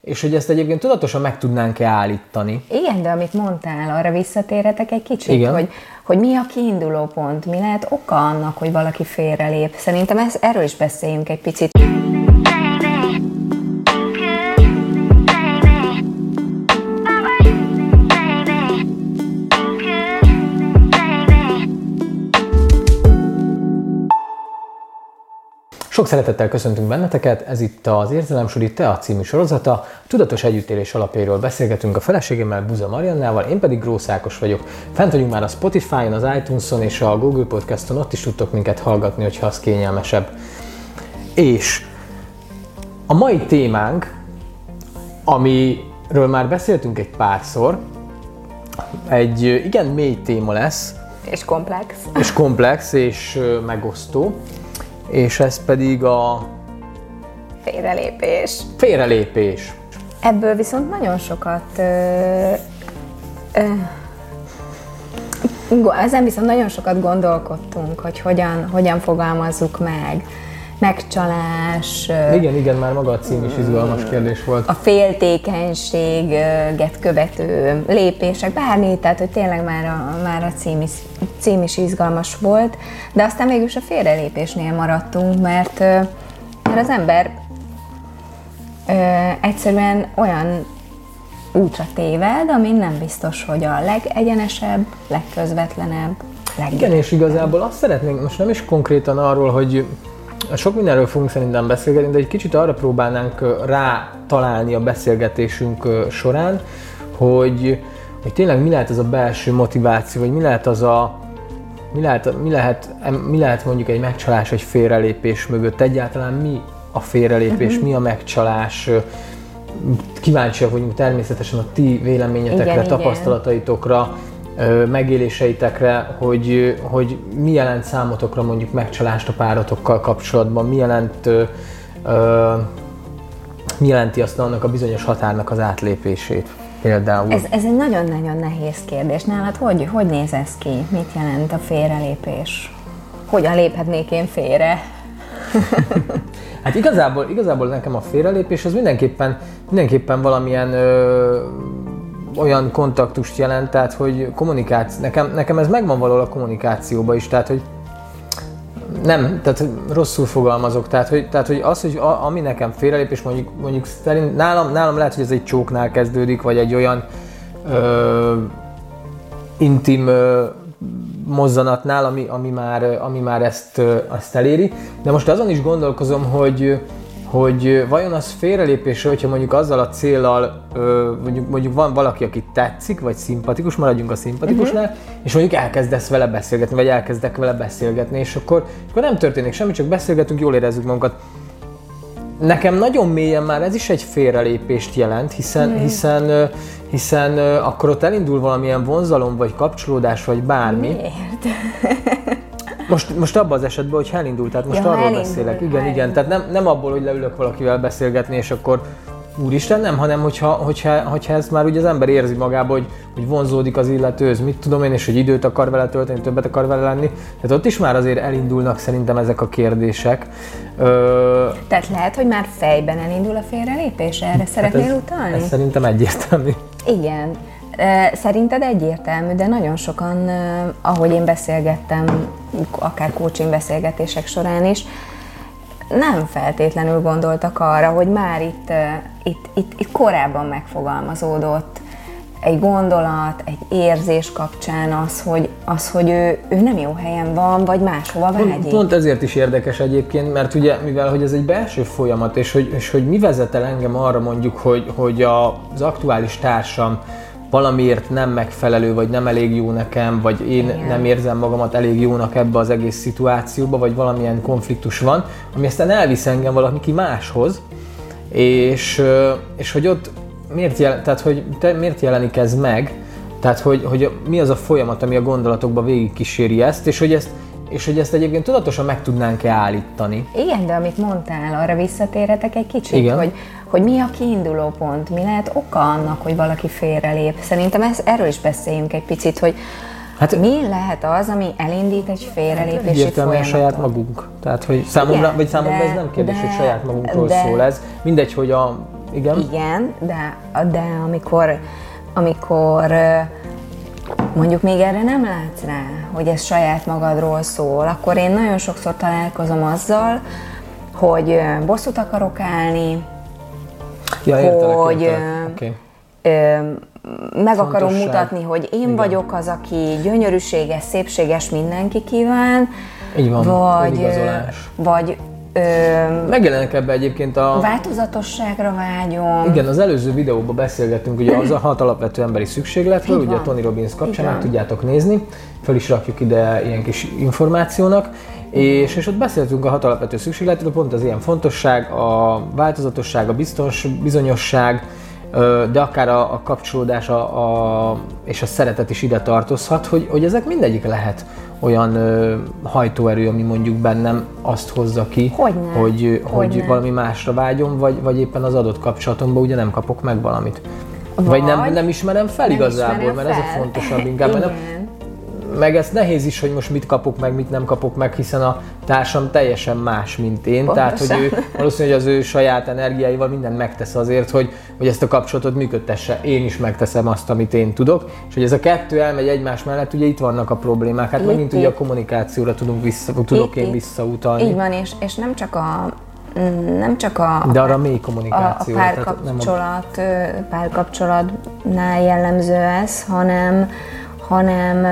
És hogy ezt egyébként tudatosan meg tudnánk-e állítani. Igen, de amit mondtál, arra visszatérhetek egy kicsit, hogy mi a kiinduló pont, mi lehet oka annak, hogy valaki félrelép. Szerintem erről is beszéljünk egy picit. Sok szeretettel köszöntünk benneteket, ez itt az Érzelemsuli Tea című sorozata. A tudatos együttélés alapjairól beszélgetünk a feleségemmel, Buza Mariannával, én pedig Grósz Ákos vagyok. Fent vagyunk már a Spotify-on, az iTunes-on és a Google Podcaston, ott is tudtok minket hallgatni, hogyha az kényelmesebb. És a mai témánk, amiről már beszéltünk egy párszor, egy igen mély téma lesz. És komplex. És komplex, és megosztó. És ez pedig a... Félrelépés. Ebből viszont nagyon sokat... ezen viszont nagyon sokat gondolkodtunk, hogy hogyan fogalmazzuk meg. Megcsalás... Igen, már maga a cím is izgalmas kérdés volt. A féltékenységet követő lépések, bármi, tehát hogy tényleg már a cím is izgalmas volt, de aztán végülis a félrelépésnél maradtunk, mert az ember egyszerűen olyan útra téved, ami nem biztos, hogy a legegyenesebb, legközvetlenebb, Igen, és igazából azt szeretnénk, most nem is konkrétan arról, hogy sok mindenről fogunk szerintem beszélgetni, de egy kicsit arra próbálnánk rá találni a beszélgetésünk során, hogy tényleg mi lehet az a belső motiváció, vagy mi lehet mondjuk egy megcsalás, egy félrelépés mögött, egyáltalán mi a félrelépés, mi a megcsalás. Kíváncsiak vagyunk természetesen a ti véleményetekre, tapasztalataitokra, megéléseitekre, hogy mi jelent számotokra mondjuk megcsalást a párotokkal kapcsolatban, mi jelenti azt annak a bizonyos határnak az átlépését például. Ez egy nagyon-nagyon nehéz kérdés. Nálad hogy néz ez ki? Mit jelent a félrelépés? Hogyan léphetnék én félre? Hát igazából nekem a félrelépés az mindenképpen valamilyen olyan kontaktust jelent, tehát hogy nekem ez megvan valahol a kommunikációban is, tehát hogy tehát rosszul fogalmazok, tehát hogy az, hogy ami nekem félrelépés, mondjuk szerint nálam lehet, hogy ez egy csóknál kezdődik, vagy egy olyan intim mozzanatnál, ami már ezt eléri, de most azon is gondolkozom, hogy vajon az félrelépésre, hogyha mondjuk azzal a céllal, mondjuk van valaki, aki tetszik, vagy szimpatikus, maradjunk a szimpatikusnál, és mondjuk elkezdesz vele beszélgetni, vagy elkezdek vele beszélgetni, és akkor nem történik semmi, csak beszélgetünk, jól érezzük magunkat. Nekem nagyon mélyen már ez is egy félrelépést jelent, hiszen akkor ott elindul valamilyen vonzalom, vagy kapcsolódás, vagy bármi. Miért? Most abban az esetben, hogy elindult, tehát most arról beszélek. Igen, tehát nem abból, hogy leülök valakivel beszélgetni, és akkor úristen, nem, hanem hogyha ezt már ugye az ember érzi magában, hogy vonzódik az illetőhöz, mit tudom én, és hogy időt akar vele tölteni, többet akar vele lenni. Tehát ott is már azért elindulnak szerintem ezek a kérdések. Tehát lehet, hogy már fejben elindul a félrelépés? Erre szeretnél utalni? Ez szerintem egyértelmű. Igen. Szerinted egyértelmű, de nagyon sokan, ahogy én beszélgettem, akár coaching beszélgetések során is, nem feltétlenül gondoltak arra, hogy már itt korábban megfogalmazódott egy gondolat, egy érzés kapcsán az, hogy ő nem jó helyen van, vagy máshova vágyik. Pont ezért is érdekes egyébként, mert ugye, mivel hogy ez egy belső folyamat, és hogy mi vezet el engem arra mondjuk, hogy az aktuális társam valamiért nem megfelelő, vagy nem elég jó nekem, vagy én nem érzem magamat elég jónak ebbe az egész szituációba, vagy valamilyen konfliktus van, ami aztán elvisz engem valaki máshoz, és hogy ott miért jelenik ez meg, tehát hogy mi az a folyamat, ami a gondolatokba végigkíséri ezt, és hogy ezt egyébként tudatosan meg tudnánk-e állítani. Igen, de amit mondtál, arra visszatérhetek egy kicsit, hogy mi a kiinduló pont, mi lehet oka annak, hogy valaki félrelép. Szerintem erről is beszéljünk egy picit, hogy mi lehet az, ami elindít egy félrelépési folyamatot? Saját magunk. Tehát, hogy számomra ez nem kérdés, hogy saját magunkról szól ez. Mindegy, hogy Igen, de amikor mondjuk még erre nem látsz rá, hogy ez saját magadról szól, akkor én nagyon sokszor találkozom azzal, hogy bosszút akarok állni, hogy okay. Meg akarom mutatni, hogy én vagyok az, aki gyönyörűséges, szépséges mindenki kíván. Így van, vagy megjelenik ebbe egyébként a... változatosságra vágyom. Igen, az előző videóban beszélgettünk ugye az a 6 alapvető emberi szükségletről, ugye a Tony Robbins kapcsán meg tudjátok nézni, fel is rakjuk ide ilyen kis információnak, és ott beszéltünk a 6 alapvető szükségletről, pont az ilyen fontosság, a változatosság, a bizonyosság, de akár a kapcsolódás és a szeretet is ide tartozhat, hogy ezek mindegyik lehet olyan hajtóerő, ami mondjuk bennem azt hozza ki, hogy valami másra vágyom, vagy éppen az adott kapcsolatomban ugye nem kapok meg valamit. Vagy nem ismerem fel igazából, mert ez a fontosabb inkább. Meg ez nehéz is, hogy most mit kapok meg, mit nem kapok meg, hiszen a társam teljesen más, mint én. Pontosan. Tehát, hogy ő valószínűleg az ő saját energiáival mindent megtesz azért, hogy ezt a kapcsolatot működtesse. Én is megteszem azt, amit én tudok. És hogy ez a kettő elmegy egymás mellett, ugye itt vannak a problémák. Hát megint ugye a kommunikációra tudok én visszautalni. Így van, és nem csak a de arra mély kommunikáció. A párkapcsolatnál jellemző ez, hanem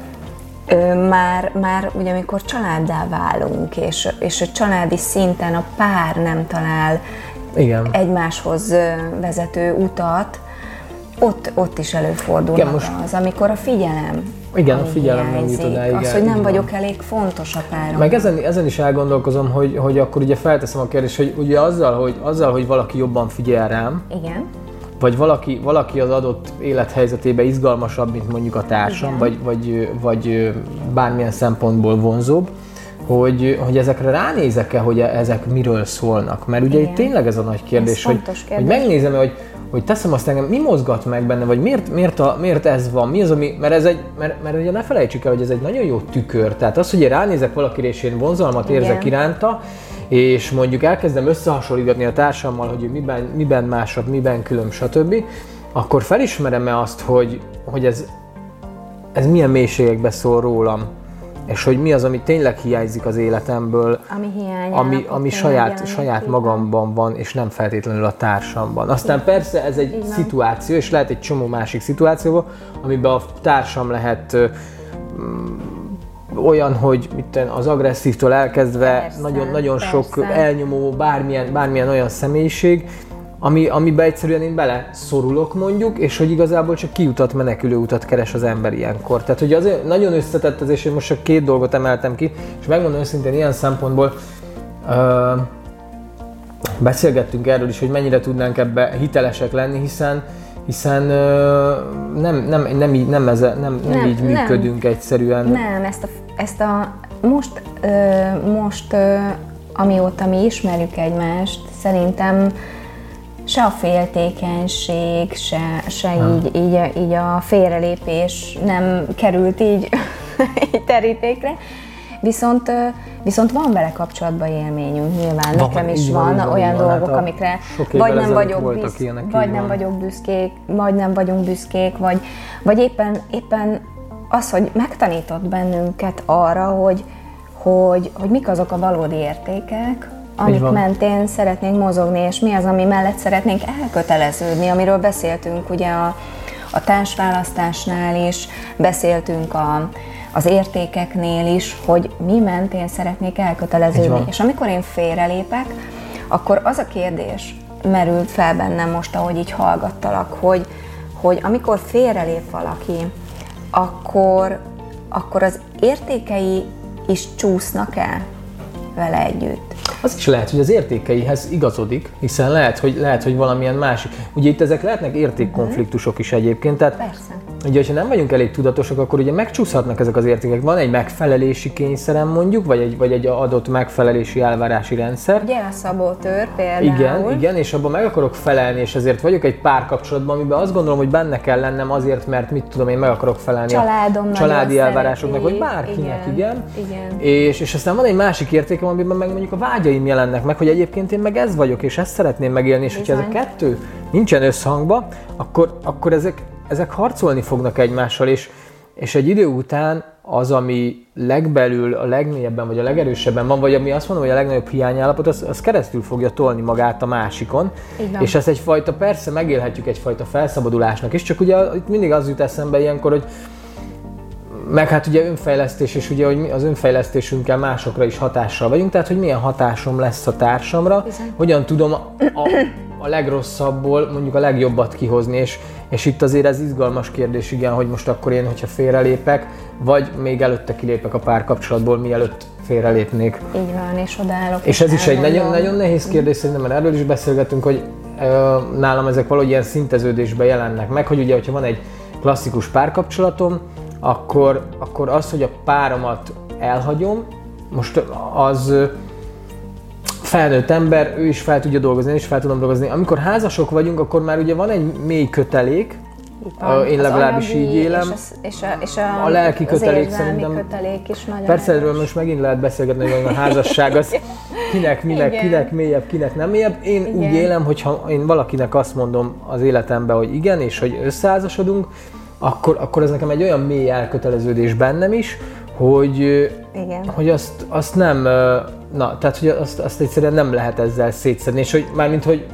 már ugye amikor családdá válunk, és a családi szinten a pár nem talál egymáshoz vezető utat, ott is előfordulnak az, amikor a figyelem. Igen, a figyelem nem jut oda. Az, hogy nem vagyok elég fontos a párom. Meg ezen is elgondolkozom, hogy akkor ugye felteszem a kérdést, hogy ugye azzal, hogy valaki jobban figyel rám, igen. Vagy valaki az adott élethelyzetében izgalmasabb, mint mondjuk a társam, vagy bármilyen szempontból vonzóbb, hogy ezekre ránézek-e, hogy ezek miről szólnak. Mert ugye itt tényleg ez a nagy kérdés, hogy megnézem, hogy teszem azt engem, mi mozgat meg benne, vagy miért ez van, mi az, ami, mert ugye ne felejtsük el, hogy ez egy nagyon jó tükör. Tehát az, hogy én ránézek valakire, és én vonzalmat érzek iránta, és mondjuk elkezdem összehasonlítani a társammal, hogy ő miben másabb, miben különb, stb., akkor felismerem-e azt, hogy ez milyen mélységekbe szól rólam, és hogy mi az, ami tényleg hiányzik az életemből, ami saját magamban van, és nem feltétlenül a társamban. Aztán persze ez egy szituáció, és lehet egy csomó másik szituációban, amiben a társam lehet olyan, hogy az agresszívtől elkezdve nagyon sok elnyomó, bármilyen olyan személyiség, amiben egyszerűen én beleszorulok mondjuk, és hogy igazából csak kiutat, menekülő utat keres az ember ilyenkor. Tehát hogy azért nagyon összetett ez, és én most csak 2 dolgot emeltem ki, és megmondom őszintén ilyen szempontból beszélgettünk erről is, hogy mennyire tudnánk ebbe hitelesek lenni, hiszen nem így működünk egyszerűen. Nem, most amióta mi ismerjük egymást, szerintem se a féltékenység, se így a félrelépés nem került így terítékre. Viszont van vele kapcsolatban élményünk, nyilván nekem is van olyan dolgok, amikre vagy nem vagyunk büszkék, vagy éppen az, hogy megtanított bennünket arra, hogy mik azok a valódi értékek, amik mentén szeretnénk mozogni, és mi az, ami mellett szeretnénk elköteleződni, amiről beszéltünk ugye a társválasztásnál is, beszéltünk az értékeknél is, hogy mi mentén szeretnék elköteleződni. És amikor én félrelépek, akkor az a kérdés merült fel bennem most, ahogy így hallgattalak, hogy amikor félrelép valaki, akkor az értékei is csúsznak el vele együtt. Az is lehet, hogy az értékeihez igazodik, hiszen lehet, hogy valamilyen másik. Ugye itt ezek lehetnek értékkonfliktusok is egyébként, tehát ugye, hogyha nem vagyunk elég tudatosak, akkor ugye megcsúszhatnak ezek az értékek. Van egy megfelelési kényszerem mondjuk, vagy egy adott megfelelési elvárási rendszer. Ugye a szabótőr például. Igen, és abban meg akarok felelni, és ezért vagyok egy párkapcsolatban, amiben azt gondolom, hogy benne kell lennem azért, mert mit tudom én, meg akarok felelni a családi elvárásoknak, vagy bárkinek, igen. És aztán van egy másik értékem, amiben meg mondjuk a vágyaim jelennek meg, hogy egyébként én meg ez vagyok, és ezt szeretném megélni, és hogyha ez a kettő nincsen összhangban, akkor ezek harcolni fognak egymással, és egy idő után az, ami legbelül, a legmélyebben vagy a legerősebben van, vagy ami azt mondom, hogy a legnagyobb hiányállapot, az keresztül fogja tolni magát a másikon. Igen. És ezt egyfajta, persze megélhetjük egyfajta felszabadulásnak is, csak ugye itt mindig az jut eszembe ilyenkor, hogy meg hát ugye önfejlesztés, és ugye hogy az önfejlesztésünkkel másokra is hatással vagyunk, tehát hogy milyen hatásom lesz a társamra, hogyan tudom a legrosszabbból mondjuk a legjobbat kihozni, és itt azért ez izgalmas kérdés, igen, hogy most akkor én, hogyha félrelépek, vagy még előtte kilépek a párkapcsolatból, mielőtt félrelépnék. Így van, és odaállok. És ez is egy nagyon nehéz kérdés, szerintem, mert erről is beszélgetünk, hogy nálam ezek valahogy ilyen szinteződésben jelennek meg, hogy ugye, hogyha van egy klasszikus párkapcsolatom, akkor az, hogy a páromat elhagyom, most az felnőtt ember, ő is fel tudja dolgozni, én is fel tudom dolgozni. Amikor házasok vagyunk, akkor már ugye van egy mély kötelék, én legalábbis így élem. És a lelki kötelék szerintem. Kötelék is nagyon persze erről most megint lehet beszélgetni, hogy a házasság az kinek mélyebb, kinek nem mélyebb. Én úgy élem, hogyha én valakinek azt mondom az életemben, hogy igen, és hogy összeházasodunk, akkor ez nekem egy olyan mély elköteleződés bennem is, hogy azt nem, tehát hogy azt egyszerűen nem lehet ezzel szétszedni, és hogy mármint, hogy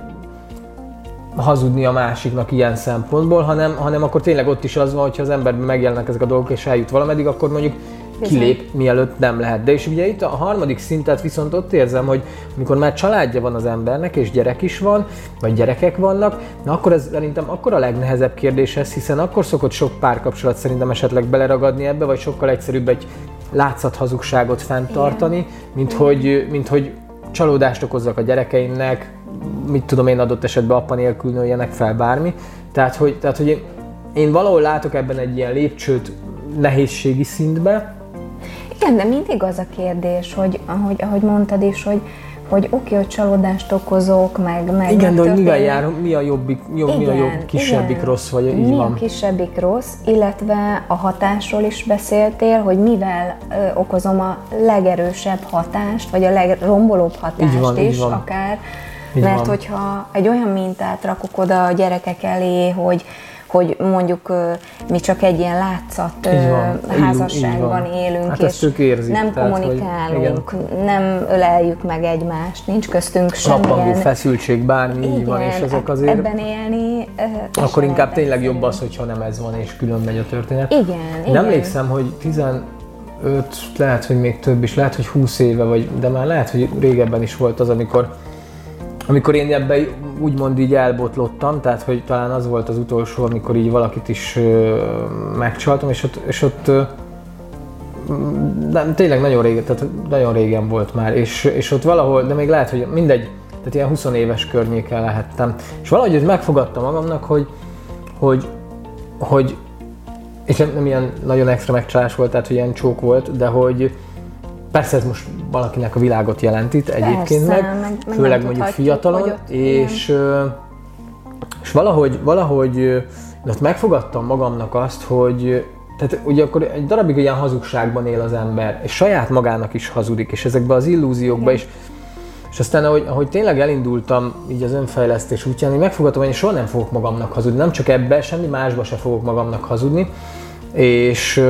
hazudni a másiknak ilyen szempontból, hanem akkor tényleg ott is az van, hogyha az emberben megjelennek ezek a dolgok, és eljut valameddig, akkor mondjuk kilép, mielőtt nem lehet. De és ugye itt a harmadik szintet viszont ott érzem, hogy amikor már családja van az embernek, és gyerek is van, vagy gyerekek vannak, akkor ez szerintem akkor a legnehezebb kérdés ez, hiszen akkor szokott sok párkapcsolat szerintem esetleg beleragadni ebbe, vagy sokkal egyszerűbb egy látszathazugságot fenntartani, mint hogy csalódást okozzak a gyerekeimnek, mit tudom én, adott esetben apa nélkül nőjenek fel bármi. Tehát, hogy én valahol látok ebben egy ilyen lépcsőt nehézségi szintbe. Igen, de mindig az a kérdés, hogy ahogy mondtad is, hogy oké, hogy csalódást okozok, meg igen, de hogy mivel jár, mi a jobb, kisebbik rossz, vagy így mi van. Mi a kisebbik rossz, illetve a hatásról is beszéltél, hogy mivel okozom a legerősebb hatást, vagy a legrombolóbb hatást is akár. Mert hogyha egy olyan mintát rakok oda a gyerekek elé, hogy mondjuk mi csak egy ilyen látszat házasságban élünk, hát és érzik, nem kommunikálunk, nem öleljük meg egymást, nincs köztünk semmilyen... Napangó feszültség, bármi, így van, és ezek azért... ebben élni... Akkor inkább tényleg jobb az, hogyha nem ez van, és külön megy a történet. Igen. Emlékszem, hogy 15, lehet, hogy még több is, lehet, hogy 20 éve, de már lehet, hogy régebben is volt az, amikor én ebben úgymond így elbotlottam, tehát hogy talán az volt az utolsó, amikor így valakit is megcsaltam, és ott tényleg nagyon régen volt már, és ott valahol, de még lehet, hogy mindegy, tehát ilyen 20 éves környéken lehettem. És valahogy megfogadtam magamnak, hogy és nem ilyen nagyon extra megcsalás volt, tehát hogy ilyen csók volt, de hogy persze ez most valakinek a világot jelentít egyébként meg főleg mondjuk fiatalon, és valahogy ott megfogadtam magamnak azt, hogy tehát ugye akkor egy darabig ilyen hazugságban él az ember, és saját magának is hazudik, és ezekben az illúziókban is. És aztán, ahogy tényleg elindultam így az önfejlesztés útján, én megfogadtam, hogy én soha nem fogok magamnak hazudni, nem csak ebbe, semmi másba se fogok magamnak hazudni, és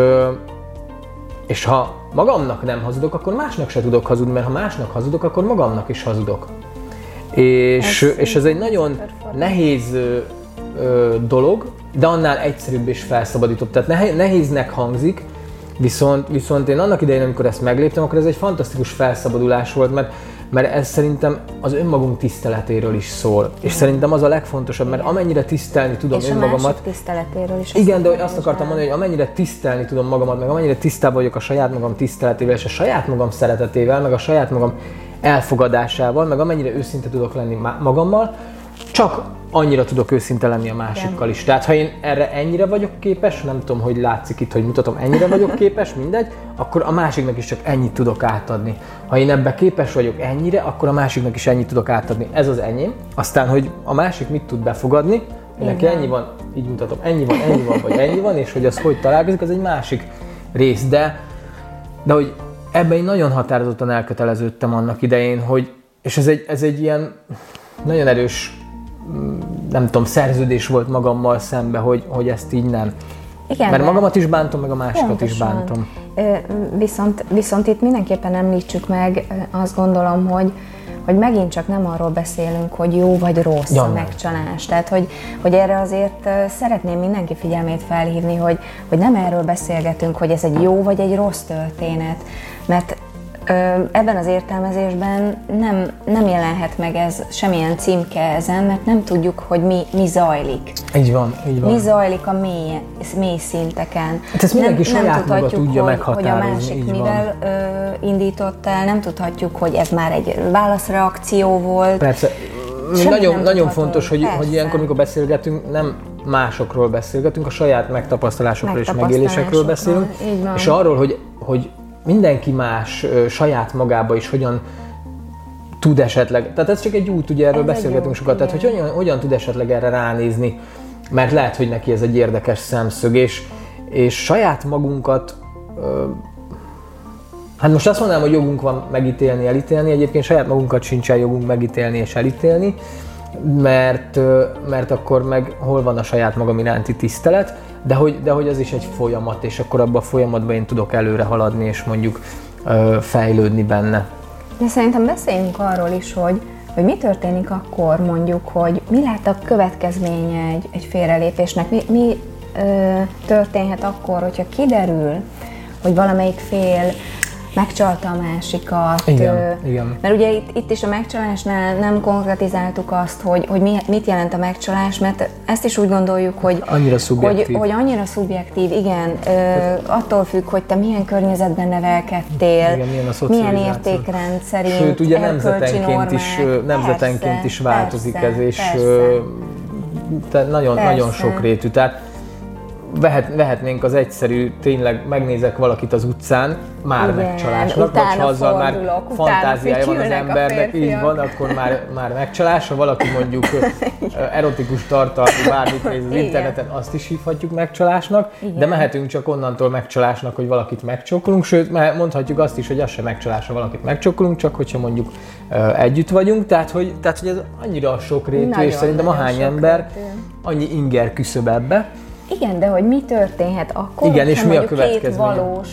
ha magamnak nem hazudok, akkor másnak se tudok hazudni, mert ha másnak hazudok, akkor magamnak is hazudok. És ez egy nagyon nehéz dolog, de annál egyszerűbb és felszabadítóbb. Tehát nehéznek hangzik, viszont én annak idején, amikor ezt megléptem, akkor ez egy fantasztikus felszabadulás volt, mert ez szerintem az önmagunk tiszteletéről is szól. És szerintem az a legfontosabb, mert amennyire tisztelni tudom önmagamat... És a másik tiszteletéről is. Igen, de azt akartam mondani, hogy amennyire tisztelni tudom magamat, meg amennyire tisztában vagyok a saját magam tiszteletével, és a saját magam szeretetével, meg a saját magam elfogadásával, meg amennyire őszinte tudok lenni magammal, csak annyira tudok őszinte lenni a másikkal is. Tehát ha én erre ennyire vagyok képes, nem tudom, hogy látszik itt, hogy mutatom, ennyire vagyok képes, mindegy, akkor a másiknak is csak ennyit tudok átadni. Ha én ebben képes vagyok ennyire, akkor a másiknak is ennyit tudok átadni. Ez az enyém. Aztán, hogy a másik mit tud befogadni, hogy neki ennyi van, így mutatom, ennyi van, vagy ennyi van, és hogy az hogy találkozik, az egy másik rész. De hogy ebben én nagyon határozottan elköteleződtem annak idején, hogy, és ez egy ilyen nagyon erős, nem tudom, szerződés volt magammal szembe, hogy ezt így nem. Igen, mert magamat is bántom, meg a másikat is bántom. Viszont itt mindenképpen említsük meg, azt gondolom, hogy megint csak nem arról beszélünk, hogy jó vagy rossz a megcsalás. Tehát, hogy erre azért szeretném mindenki figyelmét felhívni, hogy nem erről beszélgetünk, hogy ez egy jó vagy egy rossz történet. Mert ebben az értelmezésben nem jelenhet meg ez semmilyen címke ezen, mert nem tudjuk, hogy mi zajlik. Így van. Mi zajlik a mély szinteken. Hát ezt mindenki saját maga tudja meghatározni. Hogy a másik mivel indított el, nem tudhatjuk, hogy ez már egy válaszreakció volt. Persze. Nagyon fontos, hogy ilyenkor, amikor beszélgetünk, nem másokról beszélgetünk, a saját megtapasztalásokról és megélésekről beszélünk, és arról, hogy mindenki más saját magába is hogyan tud esetleg, tehát ez csak egy út, ugye erről beszélgetünk sokat, tehát hogy hogyan tud esetleg erre ránézni, mert lehet, hogy neki ez egy érdekes szemszög, és saját magunkat, hát most azt mondanám, hogy jogunk van megítélni, elítélni, egyébként saját magunkat sincsen jogunk megítélni és elítélni, mert akkor meg hol van a saját magam iránti tisztelet, de hogy az is egy folyamat, és akkor abban a folyamatban én tudok előre haladni, és mondjuk fejlődni benne. De szerintem beszéljünk arról is, hogy mi történik akkor, mondjuk, hogy mi lehet a következménye egy félrelépésnek, mi történhet akkor, hogyha kiderül, hogy valamelyik fél megcsalta a másikat. Igen. Mert ugye itt is a megcsalásnál nem konkretizáltuk azt, hogy mit jelent a megcsalás, mert ezt is úgy gondoljuk, hogy annyira szubjektív. Hogy annyira szubjektív, igen. Attól függ, hogy te milyen környezetben nevelkedtél, igen, milyen értékrend szerint, sőt, ugye nemzetenként is változik ez, és nagyon sokrétű. Tehát vehetnénk az egyszerű, tényleg megnézek valakit az utcán, már megcsalásnak, vagy ha azzal már fantáziája van az embernek, így van, akkor már megcsalás. Ha valaki mondjuk erotikus tartalmú bármit néz az interneten, azt is hívhatjuk megcsalásnak, de mehetünk csak onnantól megcsalásnak, hogy valakit megcsókolunk, sőt, mondhatjuk azt is, hogy az sem megcsalás, ha valakit megcsókolunk, csak hogyha mondjuk együtt vagyunk, tehát hogy ez annyira sokrétű, és szerintem ahány ember, annyi inger küszöb ebbe. Igen, de hogy mi történhet akkor, igen, és mi a két valós,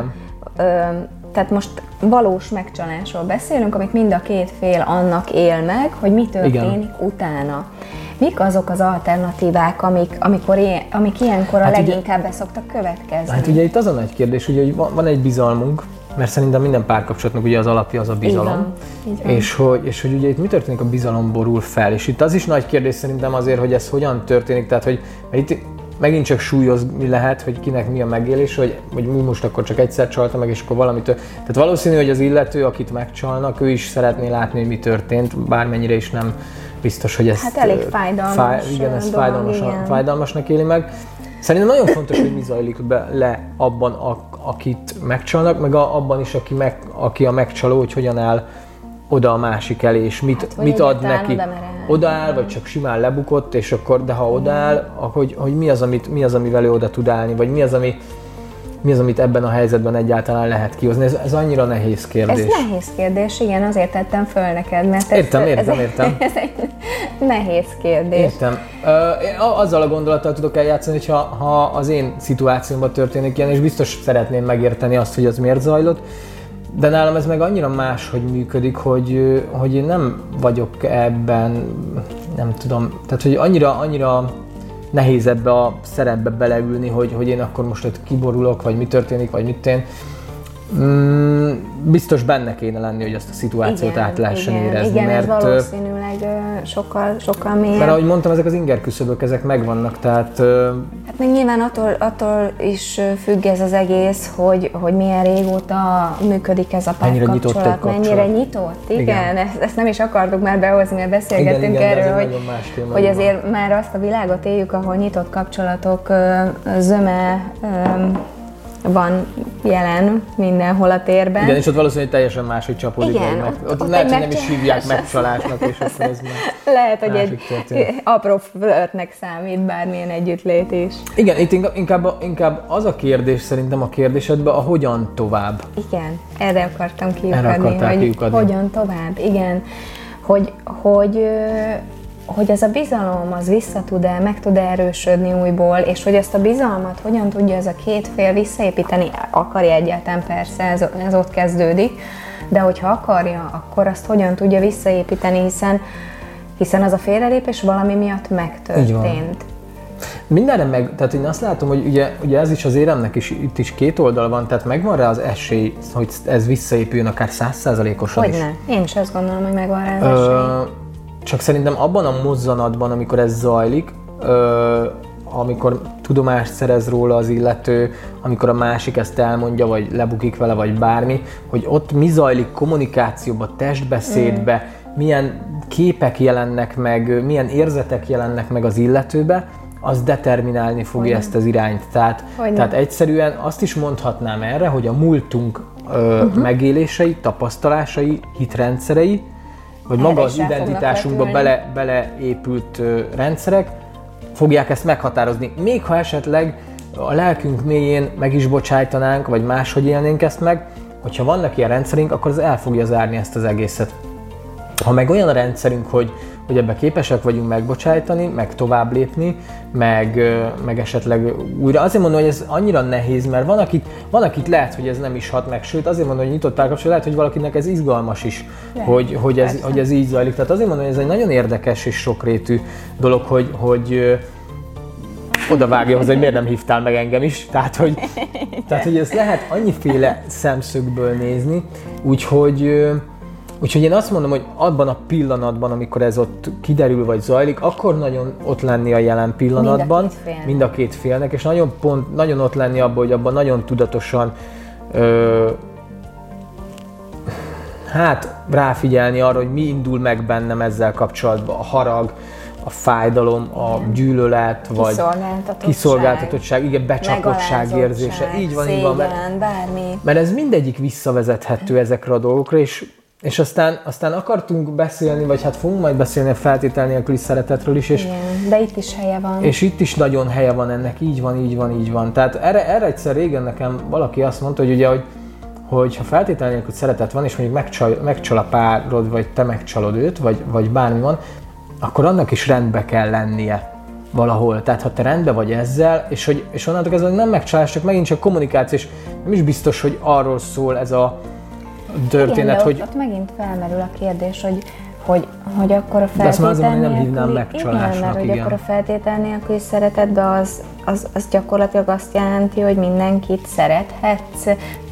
tehát most valós megcsalásról beszélünk, amit mind a két fél annak él meg, hogy mi történik utána. Mik azok az alternatívák, amik ilyenkor a leginkább be szoktak következni? Hát ugye itt az a nagy kérdés, ugye, hogy van egy bizalmunk, mert szerintem minden párkapcsolatnak ugye az alapja az a bizalom. Így van. És hogy ugye itt mi történik, a bizalom borul fel. És itt az is nagy kérdés szerintem azért, hogy ez hogyan történik, tehát hogy mert itt megint csak súlyozni lehet, hogy kinek mi a megélés, hogy mi most akkor csak egyszer csalta meg, és akkor valamitől. Tehát valószínű, hogy az illető, akit megcsalnak, ő is szeretné látni, hogy mi történt, bármennyire is nem biztos, hogy ezt... Hát elég fájdalmas. Igen, ezt fájdalmasnak éli meg. Szerintem nagyon fontos, hogy mi zajlik le abban, akit megcsalnak, meg abban is, aki a megcsaló, hogy hogyan áll oda a másik elé, és mit ad neki. Odaáll, vagy csak simán lebukott, és akkor, de ha odaáll, hogy mi az, amivel ő oda tud állni, vagy mi az, amit ebben a helyzetben egyáltalán lehet kihozni. Ez annyira nehéz kérdés. Ez nehéz kérdés, igen, azért tettem föl neked, mert értem. Ez egy nehéz kérdés. Értem. Azzal a gondolattal tudok eljátszani, hogy ha az én szituációmban történik ilyen, és biztos szeretném megérteni azt, hogy az miért zajlott, de nálam ez meg annyira máshogy működik, hogy én nem vagyok ebben, nem tudom, tehát hogy annyira nehéz ebbe a szerepbe beleülni, hogy én akkor most ott kiborulok, vagy mi történik, vagy mit én. Biztos benne kéne lenni, hogy azt a szituációt át lehessen érezni. Igen, mert ez valószínűleg sokkal mélyebb. Mert ahogy mondtam, ezek az inger küszöbök, ezek megvannak, tehát... Hát még nyilván attól is függ ez az egész, hogy milyen régóta működik ez a párkapcsolat. Mennyire nyitott, igen. Ezt nem is akartuk már behozni, mert beszélgettünk erről, hogy azért már azt a világot éljük, ahol nyitott kapcsolatok zöme van jelen mindenhol a térben. Igen, és ott valószínűleg teljesen máshogy csapódik meg. Ott lehet, hogy nem is hívják megcsalásnak, és akkor ez már lehet, hogy egy apró flörtnek számít bármilyen együttlét is. Igen, itt inkább az a kérdés szerintem a kérdésedben, a hogyan tovább. Igen, erre akartam kiukadni, hogy hogyan tovább, igen. Hogy ez a bizalom az meg tud erősödni újból, és hogy ezt a bizalmat hogyan tudja ez a két fél visszaépíteni, akarja egyáltalán, persze, ez ott kezdődik, de hogyha akarja, akkor azt hogyan tudja visszaépíteni, hiszen az a félrelépés valami miatt megtörtént. Mindenre tehát én azt látom, hogy ugye ez is az éremnek is, itt is két oldal van, tehát megvan rá az esély, hogy ez visszaépüljön akár 100%-osan is. Hogyne, én is azt gondolom, hogy megvan rá az esély. Csak szerintem abban a mozzanatban, amikor ez zajlik, amikor tudomást szerez róla az illető, amikor a másik ezt elmondja, vagy lebukik vele, vagy bármi, hogy ott mi zajlik kommunikációba, testbeszédbe, milyen képek jelennek meg, milyen érzetek jelennek meg az illetőbe, az determinálni fogja ezt az irányt. Tehát egyszerűen azt is mondhatnám erre, hogy a múltunk megélései, tapasztalásai, hitrendszerei, vagy maga az identitásunkba beleépült rendszerek fogják ezt meghatározni. Még ha esetleg a lelkünk mélyén meg is bocsájtanánk, vagy máshogy élnénk ezt meg, hogyha vannak ilyen rendszerünk, akkor az el fogja zárni ezt az egészet. Ha meg olyan a rendszerünk, hogy ebben képesek vagyunk megbocsájtani, meg tovább lépni, meg esetleg újra. Azért mondom, hogy ez annyira nehéz, mert van akit lehet, hogy ez nem is hat meg, sőt azért mondom, hogy nyitott párkapcsolat, lehet, hogy valakinek ez izgalmas is, hogy ez így zajlik. Tehát azért mondom, hogy ez egy nagyon érdekes és sokrétű dolog, hogy odavágja hozzá, hogy miért nem hívtál meg engem is. Tehát, hogy ezt lehet annyiféle szemszögből nézni, Úgyhogy én azt mondom, hogy abban a pillanatban, amikor ez ott kiderül vagy zajlik, akkor nagyon ott lenni a jelen pillanatban, mind a két félnek, és nagyon ott lenni abban, hogy abban nagyon tudatosan ráfigyelni arra, hogy mi indul meg bennem ezzel kapcsolatban, a harag, a fájdalom, a gyűlölet, vagy kiszolgáltatottság, igen, becsaplottság érzése. Így van, bármi. Mert ez mindegyik visszavezethető ezekre a dolgokra, és aztán akartunk beszélni, vagy hát fogunk majd beszélni a feltétel nélküli szeretetről is. Igen, de itt is helye van. És itt is nagyon helye van ennek, így van. Tehát erre egyszer régen nekem valaki azt mondta, hogy ugye, hogy ha feltétel nélküli szeretet van, és mondjuk megcsal a párod, vagy te megcsalod őt, vagy bármi van, akkor annak is rendbe kell lennie valahol. Tehát ha te rendben vagy ezzel, és onnantól kezdve nem megcsalás, csak megint csak kommunikáció, és nem is biztos, hogy arról szól ez a történet, igen, de ott megint felmerül a kérdés, hogy akkor a feltétel nélküli... nem hívnám megcsalásnak, igen. Mert hogy akkor a feltétel nélküli szeretetben az gyakorlatilag azt jelenti, hogy mindenkit szerethetsz.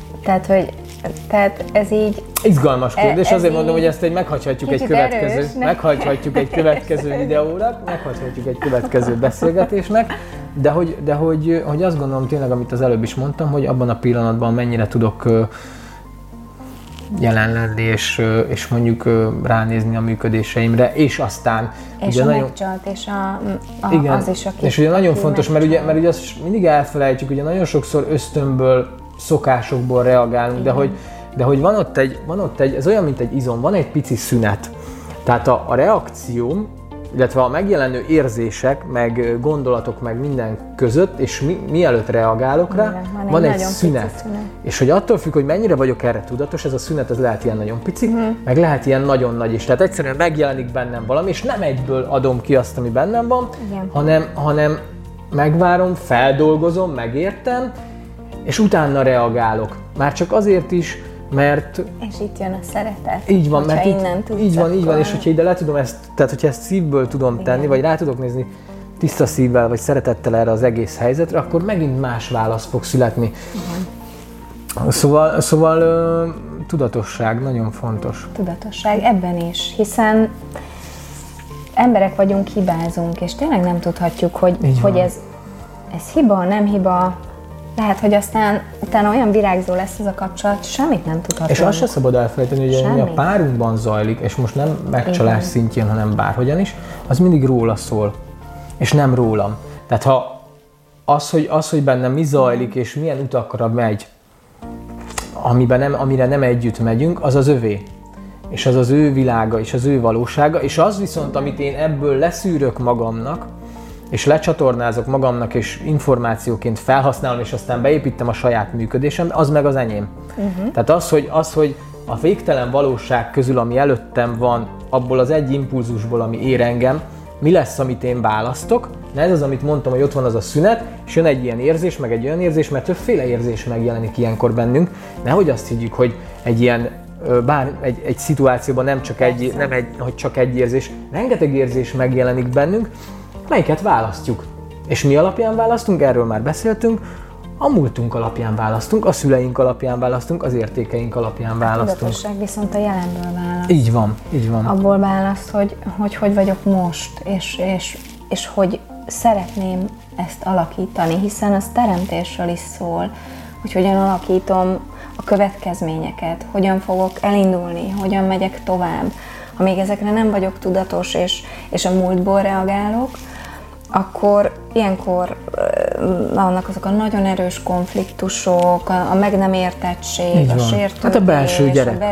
Tehát ez így... Izgalmas kérdés, azért mondom, hogy ezt meghagyhatjuk egy következő videóra, meghagyhatjuk egy következő beszélgetésnek, de hogy azt gondolom tényleg, amit az előbb is mondtam, hogy abban a pillanatban mennyire tudok jelen lenni, és mondjuk ránézni a működéseimre, és aztán... És ugye a megcsalt, és igen, az is, aki... És ugye nagyon fontos, mert ugye azt mindig elfelejtjük, ugye nagyon sokszor ösztönből, szokásokból reagálunk, de hogy van ott egy, ez olyan, mint egy izom, van egy pici szünet. Tehát a reakcióm, illetve a megjelenő érzések, meg gondolatok, meg minden között, és mielőtt reagálok rá, van egy szünet. És hogy attól függ, hogy mennyire vagyok erre tudatos, ez a szünet, ez lehet ilyen nagyon pici, meg lehet ilyen nagyon nagy is. Tehát egyszerűen megjelenik bennem valami, és nem egyből adom ki azt, ami bennem van, hanem megvárom, feldolgozom, megértem, és utána reagálok. Már csak azért is, mert... És itt jön a szeretet. Így van, mert így van, és hogyha ide le tudom ezt, tehát hogyha ezt szívből tudom tenni, vagy rá tudok nézni tiszta szívvel, vagy szeretettel erre az egész helyzetre, akkor megint más válasz fog születni. Szóval tudatosság nagyon fontos. Tudatosság ebben is, hiszen emberek vagyunk, hibázunk, és tényleg nem tudhatjuk, hogy ez hiba, nem hiba. Lehet, hogy aztán utána olyan virágzó lesz ez a kapcsolat, semmit nem tudhatunk. És azt se szabad elfelejteni, hogy ami a párunkban zajlik, és most nem megcsalás szintjén, hanem bárhogyan is, az mindig róla szól, és nem rólam. Tehát ha hogy bennem mi zajlik, és milyen utakra megy, amire nem együtt megyünk, az az övé. És az az ő világa, és az ő valósága, és az viszont, amit én ebből leszűrök magamnak, és lecsatornázok magamnak, és információként felhasználom, és aztán beépítem a saját működésembe, az meg az enyém. Tehát az, hogy a végtelen valóság közül, ami előttem van, abból az egy impulzusból, ami ér engem, mi lesz, amit én választok. Na ez az, amit mondtam, hogy ott van az a szünet, és jön egy ilyen érzés, meg egy olyan érzés, mert többféle érzés megjelenik ilyenkor bennünk. Nehogy azt higgyük, hogy egy ilyen egy szituációban hogy csak egy érzés, rengeteg érzés megjelenik bennünk, melyiket választjuk. És mi alapján választunk? Erről már beszéltünk. A múltunk alapján választunk, a szüleink alapján választunk, az értékeink alapján választunk. A tudatosság viszont a jelenből választ. Így van. Abból választ, hogy vagyok most, és hogy szeretném ezt alakítani, hiszen ez teremtésről is szól, hogy hogyan alakítom a következményeket, hogyan fogok elindulni, hogyan megyek tovább. Ha még ezekre nem vagyok tudatos, és a múltból reagálok, akkor ilyenkor vannak azok a nagyon erős konfliktusok, a meg nem értettség, a sértődés, hát a belső gyerek,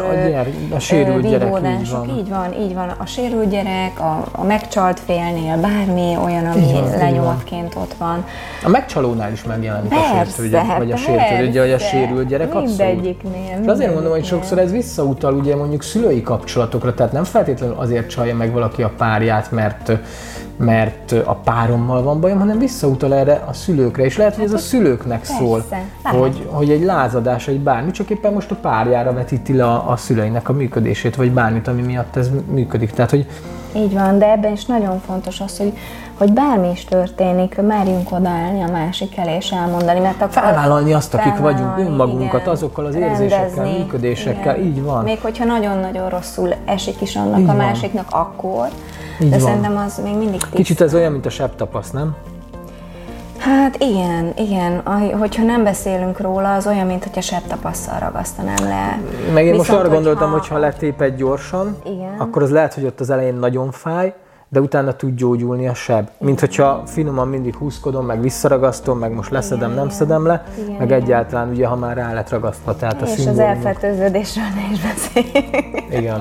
a sérült gyerek, így van. A sérült gyerek, a megcsalt félnél, bármi olyan, ami lenyomatként ott van. A megcsalónál is megjelenik a sértő gyerek, vagy a sértődő, vagy a sérült gyerek, abszolút. Mindegyiknél. Azért mondom, hogy sokszor ez visszautal ugye mondjuk szülői kapcsolatokra, tehát nem feltétlenül azért csalja meg valaki a párját, mert a párommal van bajom, hanem visszautal erre a szülőkre, és lehet, hogy ez a szülőknek szól, hogy egy lázadás, egy bármi, csak éppen most a párjára vetíti le a szüleinek a működését, vagy bármit, ami miatt ez működik. Tehát, hogy így van, de ebben is nagyon fontos az, hogy bármi is történik, merjünk odaállni a másik elé és elmondani, mert akkor felvállalni azt, akik vagyunk, önmagunkat, igen, azokkal az érzésekkel, működésekkel, igen. Így van. Még hogyha nagyon-nagyon rosszul esik is annak így a másiknak, akkor, így de van. Szerintem az még mindig tisztán. Kicsit ez olyan, mint a sebtapasz, nem? Hát igen. Hogyha nem beszélünk róla, az olyan, mint hogyha sebtapasszal ragasztanám le. Meg én most arra gondoltam, hogy ha letéped gyorsan, igen, akkor az lehet, hogy ott az elején nagyon fáj, de utána tud gyógyulni a seb. Mint hogyha finoman mindig húzkodom, meg visszaragasztom, meg most leszedem, igen, nem szedem le, igen, meg egyáltalán ugye, ha már rá lett ragasztva. Tehát a és az elfertőződésről ne is beszéljünk.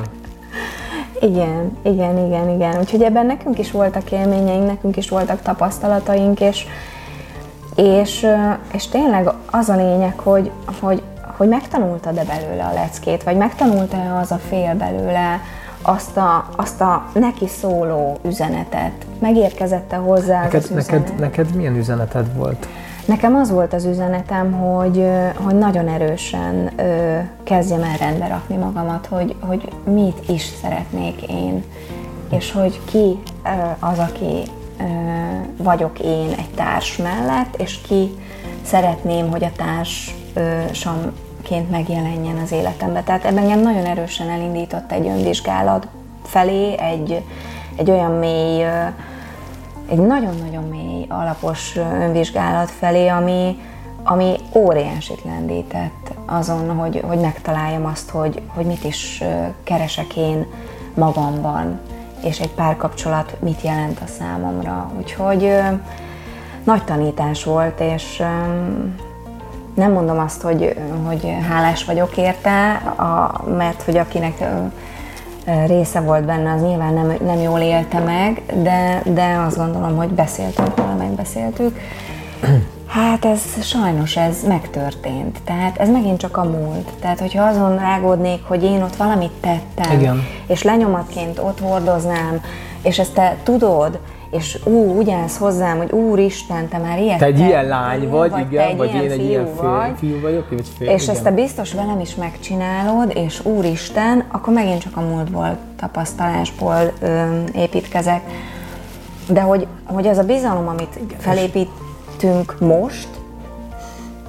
Igen. Úgyhogy ebben nekünk is voltak élményeink, nekünk is voltak tapasztalataink, és tényleg az a lényeg, hogy megtanultad-e belőle a leckét, vagy megtanulta-e az a fél belőle azt a neki szóló üzenetet? Megérkezett-e hozzá az üzenet? Neked milyen üzeneted volt? Nekem az volt az üzenetem, hogy nagyon erősen kezdjem el rendbe rakni magamat, hogy mit is szeretnék én, és hogy ki az, aki vagyok én egy társ mellett, és ki szeretném, hogy a társamként megjelenjen az életembe. Tehát ebben engem nagyon erősen elindított egy önvizsgálat felé, egy olyan mély, egy nagyon-nagyon mély, alapos önvizsgálat felé, ami óriásit lendített azon, hogy megtaláljam azt, hogy mit is keresek én magamban, és egy párkapcsolat mit jelent a számomra. Úgyhogy nagy tanítás volt, és nem mondom azt, hogy hálás vagyok érte, mert hogy akinek része volt benne, az nyilván nem jól élte meg, de azt gondolom, hogy megbeszéltük. Hát sajnos ez megtörtént. Tehát ez megint csak a múlt. Tehát, hogyha azon rágódnék, hogy én ott valamit tettem, igen, és lenyomatként ott hordoznám, és ezt te tudod, és úgy állsz hozzám, hogy Úristen, te már ilyet te egy ilyen lány vagy, igen, vagy én egy ilyen fiú vagyok, és igen, ezt te biztos velem is megcsinálod, és Úristen, akkor megint csak a múltból, tapasztalásból építkezek. De hogy ez a bizalom, amit felépítünk most,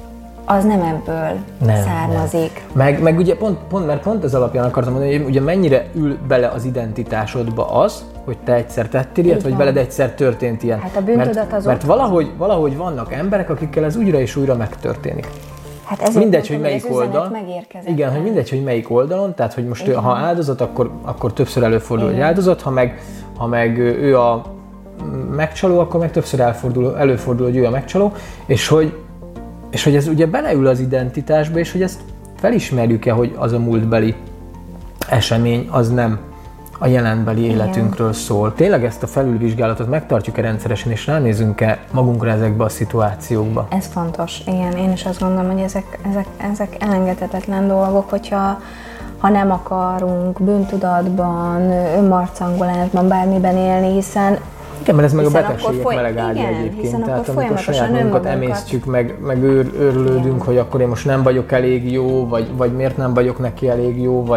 az nem ebből származik. Nem. Meg ugye pont ez alapján akartam mondani, hogy ugye mennyire ül bele az identitásodba az, hogy te egyszer tettél ilyet, vagy veled egyszer történt ilyen. Hát a bűntudat az mert valahogy vannak emberek, akikkel ez újra és újra megtörténik. Hát ezért mindegy, hogy melyik oldal. Igen, hogy mindegy, hogy melyik oldalon, tehát hogy most ha áldozat, akkor többször előfordul, hogy áldozat, ha meg ő a megcsaló, akkor meg többször előfordul, hogy ő a megcsaló, és hogy ez ugye beleül az identitásba, és hogy ezt felismerjük-e, hogy az a múltbeli esemény, az nem a jelenbeli életünkről szól. Tényleg ezt a felülvizsgálatot megtartjuk-e rendszeresen, és ránézünk-e magunkra ezekbe a szituációkba? Ez fontos, igen. Én is azt gondolom, hogy ezek elengedhetetlen dolgok, hogyha nem akarunk bűntudatban, önmarcangolásban, bármiben élni, hiszen igen, mert ez meg a betegségek melegágya egyébként. Tehát amikor saját magunkat emésztjük, meg őrlődünk, hogy akkor én most nem vagyok elég jó, vagy miért nem vagyok neki elég jó,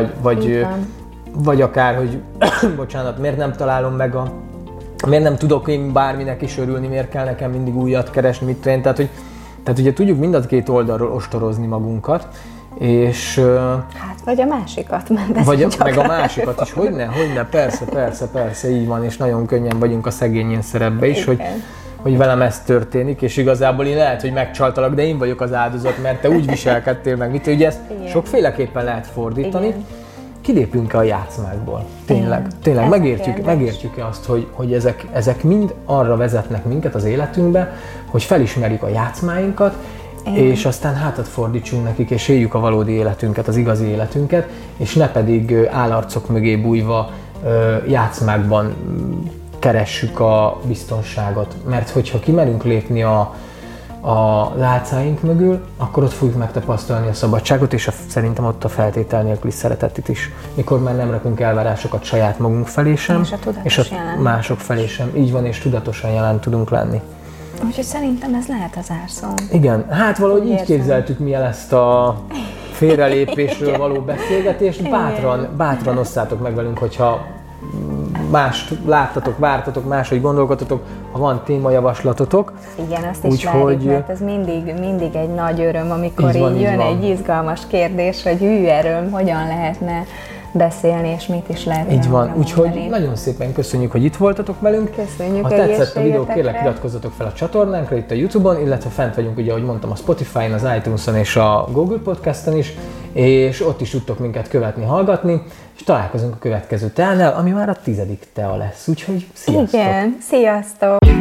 vagy akár, hogy bocsánat, miért nem találom meg miért nem tudok én bárminek is örülni, miért kell nekem mindig újat keresni, mit tudom én. Tehát ugye tudjuk mind a két oldalról ostorozni magunkat, és... Hát, vagy a másikat. Meg a másikat is, hogyne, persze, így van, és nagyon könnyen vagyunk a szegény szerepbe is, hogy velem ez történik, és igazából én lehet, hogy megcsaltalak, de én vagyok az áldozat, mert te úgy viselkedtél meg, mit, ugye ezt sokféleképpen lehet fordítani. Igen. Kilépünk-e a játszmákból? Tényleg megértjük-e azt, hogy ezek mind arra vezetnek minket az életünkbe, hogy felismerjük a játszmáinkat, és aztán hátat fordítsunk nekik, és éljük a valódi életünket, az igazi életünket, és ne pedig állarcok mögé bújva játszmákban keressük a biztonságot. Mert hogyha kimerünk lépni a álcáink mögül, akkor ott fogjuk megtapasztalni a szabadságot, és szerintem ott a feltétel nélküli szeretetet is. Mikor már nem rakunk elvárásokat saját magunk felé sem, és a mások felé sem. Így van, és tudatosan jelen tudunk lenni. Úgyhogy szerintem ez lehet az árszó. Igen, hát valahogy így képzeltük mi el ezt a félrelépésről való beszélgetést. Bátran osszátok meg velünk, hogyha mást láttatok, vártatok, máshogy gondolkodtatok, ha van témajavaslatotok. Igen, azt is várjuk, mert ez mindig egy nagy öröm, amikor így jön egy izgalmas kérdés, hogy erről hogyan lehetne beszélni, és mit is lehet. Így van, úgyhogy nagyon szépen köszönjük, hogy itt voltatok velünk. Köszönjük. Ha tetszett a videó, kérlek iratkozzatok fel a csatornánkra, itt a YouTube-on, illetve fent vagyunk, ugye, ahogy mondtam, a Spotify-on, az iTunes-on és a Google Podcast-on is, és ott is tudtok minket követni, hallgatni, és találkozunk a következő teánál, ami már a 10. tea lesz, úgyhogy sziasztok! Igen, sziasztok!